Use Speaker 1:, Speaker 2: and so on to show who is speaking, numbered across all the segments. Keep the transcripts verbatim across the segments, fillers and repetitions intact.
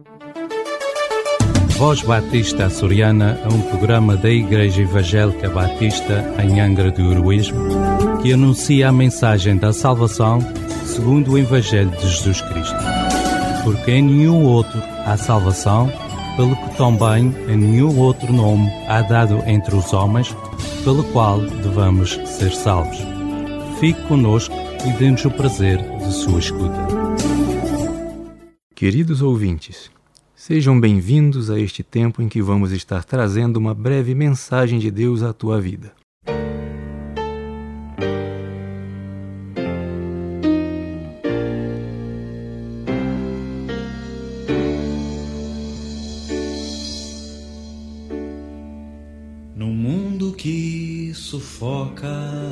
Speaker 1: Voz Batista Açoriana é um programa da Igreja Evangélica Batista em Angra do Heroísmo que anuncia a mensagem da salvação segundo o Evangelho de Jesus Cristo. Porque em nenhum outro há salvação, pelo que também em nenhum outro nome há dado entre os homens, pelo qual devamos ser salvos. Fique connosco e dê-nos o prazer de sua escuta.
Speaker 2: Queridos ouvintes, sejam bem-vindos a este tempo em que vamos estar trazendo uma breve mensagem de Deus à tua vida.
Speaker 3: No mundo que sufoca,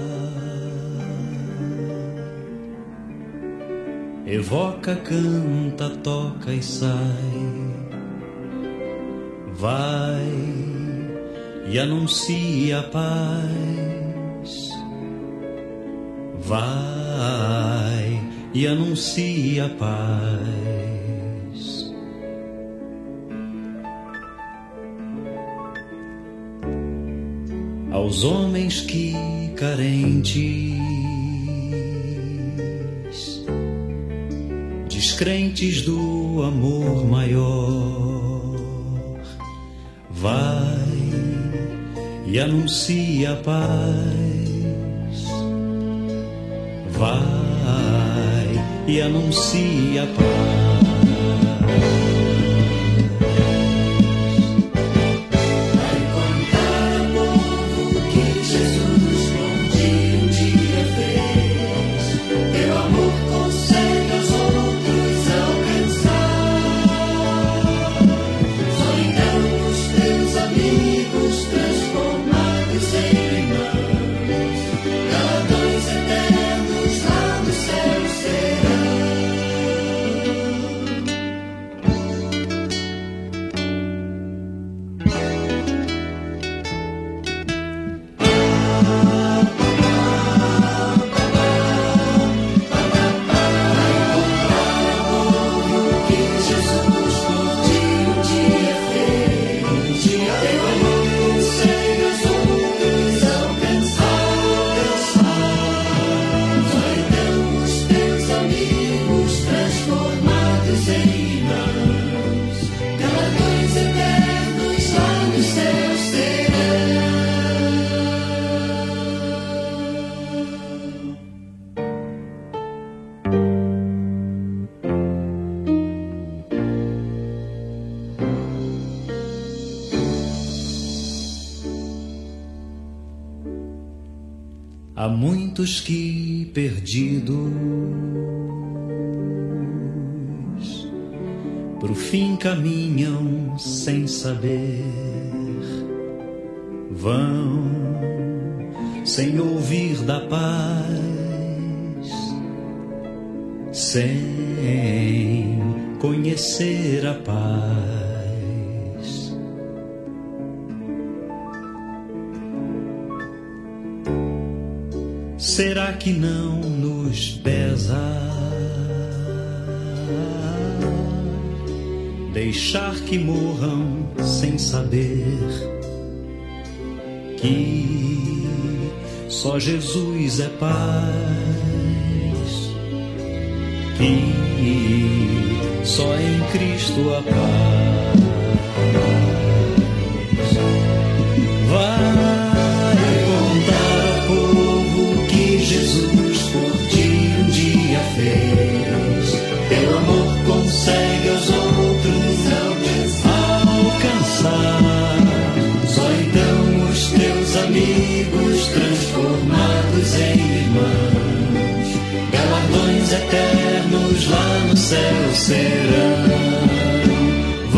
Speaker 3: evoca, canta, toca e sai. Vai e anuncia a paz. Vai e anuncia a paz. Aos homens que carentes, descrentes do amor maior, vai e anuncia a paz. Vai e anuncia a paz. Há muitos que perdidos pro fim caminham sem saber, vão sem ouvir da paz, sem conhecer a paz. Será que não nos pesa deixar que morram sem saber que só Jesus é paz, que só em Cristo há paz? Vai Jesus por ti um dia fez. Teu amor consegue aos outros alcançar. Só então os teus amigos transformados em irmãos, galardões eternos lá no céu serão.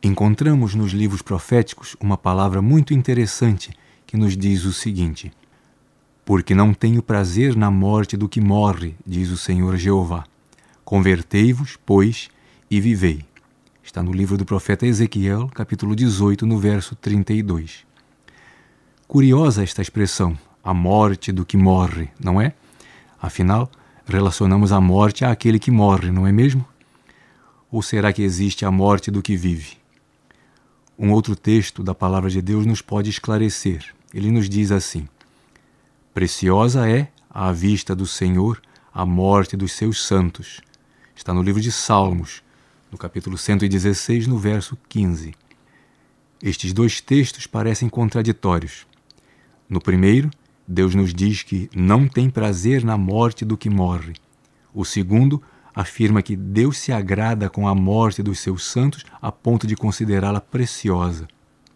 Speaker 2: Encontramos nos livros proféticos uma palavra muito interessante que nos diz o seguinte: porque não tenho prazer na morte do que morre, diz o Senhor Jeová. Convertei-vos, pois, e vivei. Está no livro do profeta Ezequiel, capítulo dezoito, no verso trinta e dois. Curiosa esta expressão, a morte do que morre, não é? Afinal, relacionamos a morte àquele que morre, não é mesmo? Ou será que existe a morte do que vive? Um outro texto da palavra de Deus nos pode esclarecer. Ele nos diz assim: preciosa é, à vista do Senhor, a morte dos seus santos. Está no livro de Salmos, no capítulo cento e dezesseis, no verso quinze. Estes dois textos parecem contraditórios. No primeiro, Deus nos diz que não tem prazer na morte do que morre. O segundo afirma que Deus se agrada com a morte dos seus santos a ponto de considerá-la preciosa.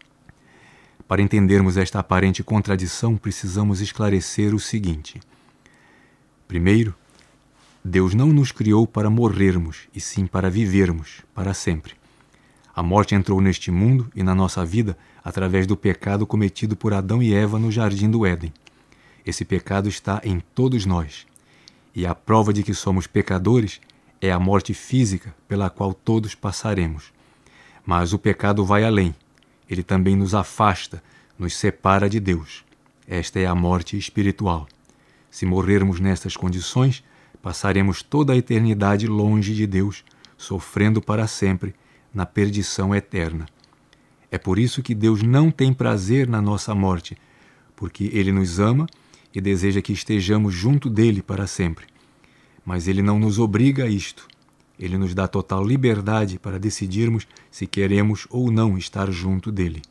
Speaker 2: Para entendermos esta aparente contradição, precisamos esclarecer o seguinte. Primeiro, Deus não nos criou para morrermos, e sim para vivermos para sempre. A morte entrou neste mundo e na nossa vida através do pecado cometido por Adão e Eva no Jardim do Éden. Esse pecado está em todos nós. E a prova de que somos pecadores é a morte física pela qual todos passaremos. Mas o pecado vai além. Ele também nos afasta, nos separa de Deus. Esta é a morte espiritual. Se morrermos nestas condições, passaremos toda a eternidade longe de Deus, sofrendo para sempre na perdição eterna. É por isso que Deus não tem prazer na nossa morte, porque Ele nos ama e deseja que estejamos junto dele para sempre. Mas Ele não nos obriga a isto. Ele nos dá total liberdade para decidirmos se queremos ou não estar junto dele.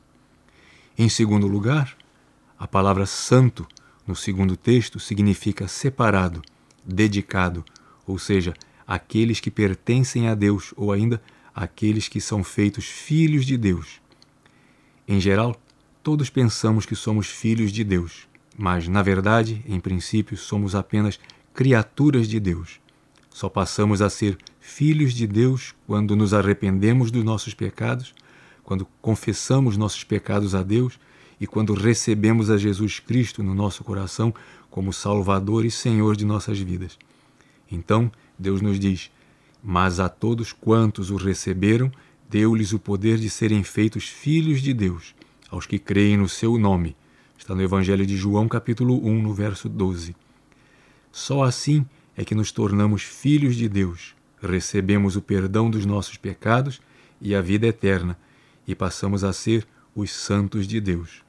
Speaker 2: Em segundo lugar, a palavra santo, no segundo texto, significa separado, dedicado, ou seja, aqueles que pertencem a Deus ou ainda aqueles que são feitos filhos de Deus. Em geral, todos pensamos que somos filhos de Deus, mas, na verdade, em princípio, somos apenas criaturas de Deus. Só passamos a ser filhos de Deus quando nos arrependemos dos nossos pecados, quando confessamos nossos pecados a Deus e quando recebemos a Jesus Cristo no nosso coração como Salvador e Senhor de nossas vidas. Então, Deus nos diz: mas a todos quantos o receberam, deu-lhes o poder de serem feitos filhos de Deus, aos que creem no seu nome. Está no Evangelho de João, capítulo um, no verso doze. Só assim é que nos tornamos filhos de Deus, recebemos o perdão dos nossos pecados e a vida eterna, e passamos a ser os santos de Deus.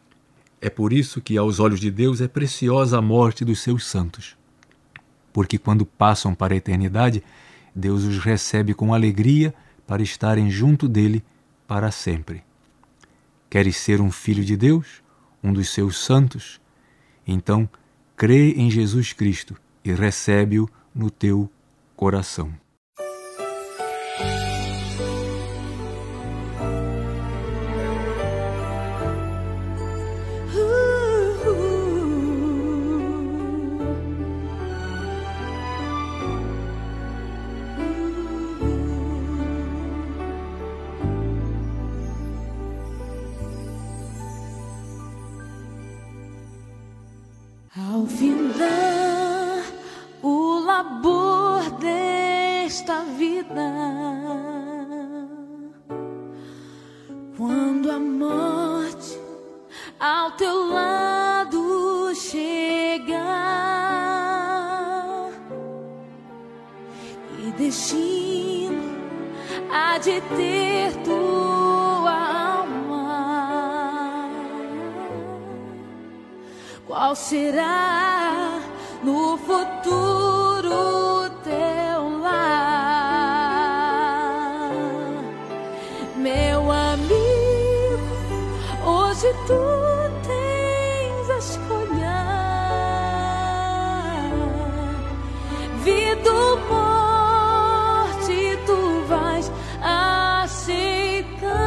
Speaker 2: É por isso que aos olhos de Deus é preciosa a morte dos seus santos, porque quando passam para a eternidade, Deus os recebe com alegria para estarem junto dele para sempre. Queres ser um filho de Deus, um dos seus santos? Então, crê em Jesus Cristo e recebe-o no teu coração.
Speaker 4: Ao findar o labor desta vida, quando a morte ao teu lado chegar e destino há de ter tua alma, qual será no futuro teu lar? Meu amigo, hoje tu tens a escolher vida ou morte, tu vais aceitar.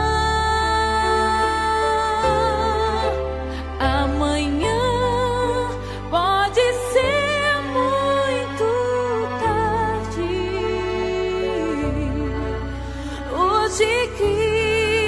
Speaker 4: Hoje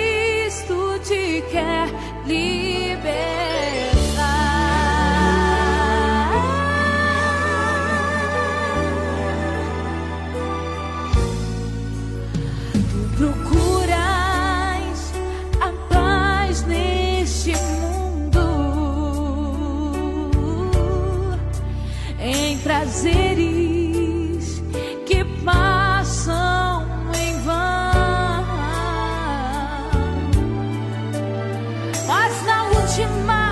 Speaker 4: prazeres que passam em vão, mas na última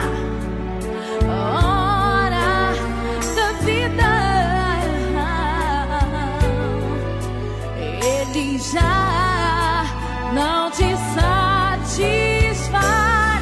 Speaker 4: hora da vida ele já não te satisfará.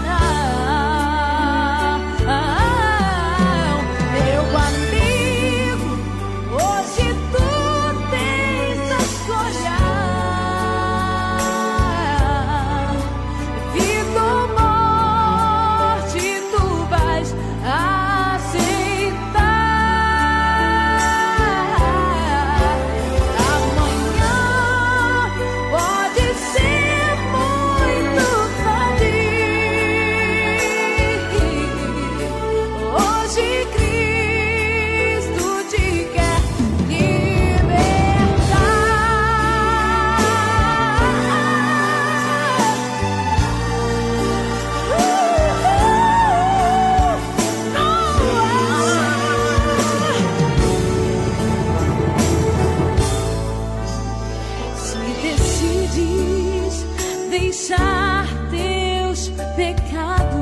Speaker 4: Deixar teus pecados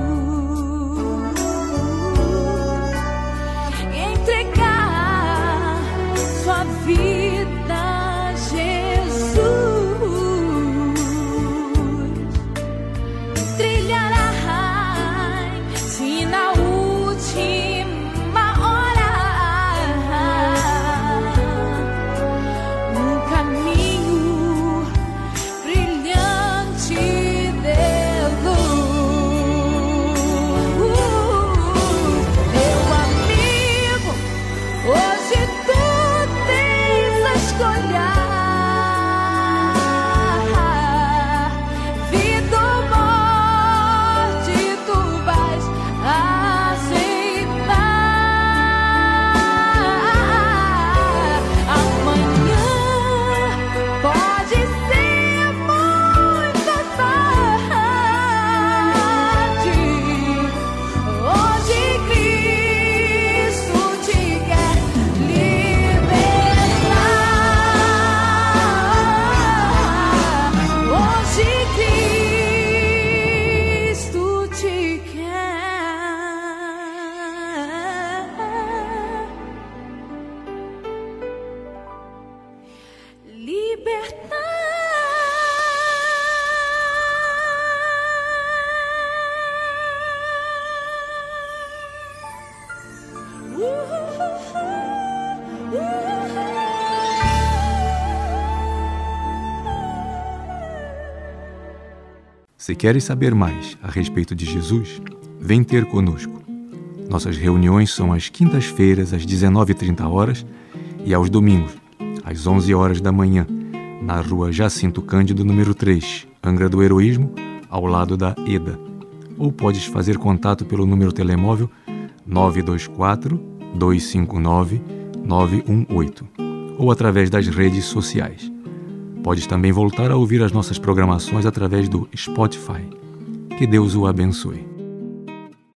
Speaker 4: e entregar sua vida a Jesus, trilharás se na última hora um caminho brilhante de luz. Meu amigo, hoje tu tens a escolha, vida ou morte tu vais aceitar. Amanhã pode ser muito tarde. Hoje Cristo te quer libertar. Hoje Cristo te quer libertar.
Speaker 2: Se queres saber mais a respeito de Jesus, vem ter conosco. Nossas reuniões são às quintas-feiras, às dezenove e trinta horas, e aos domingos, às onze horas da manhã, na rua Jacinto Cândido, número três, Angra do Heroísmo, ao lado da E D A. Ou podes fazer contato pelo número telemóvel nove dois quatro, dois cinco nove, nove um oito, ou através das redes sociais. Podes também voltar a ouvir as nossas programações através do Spotify. Que Deus o abençoe.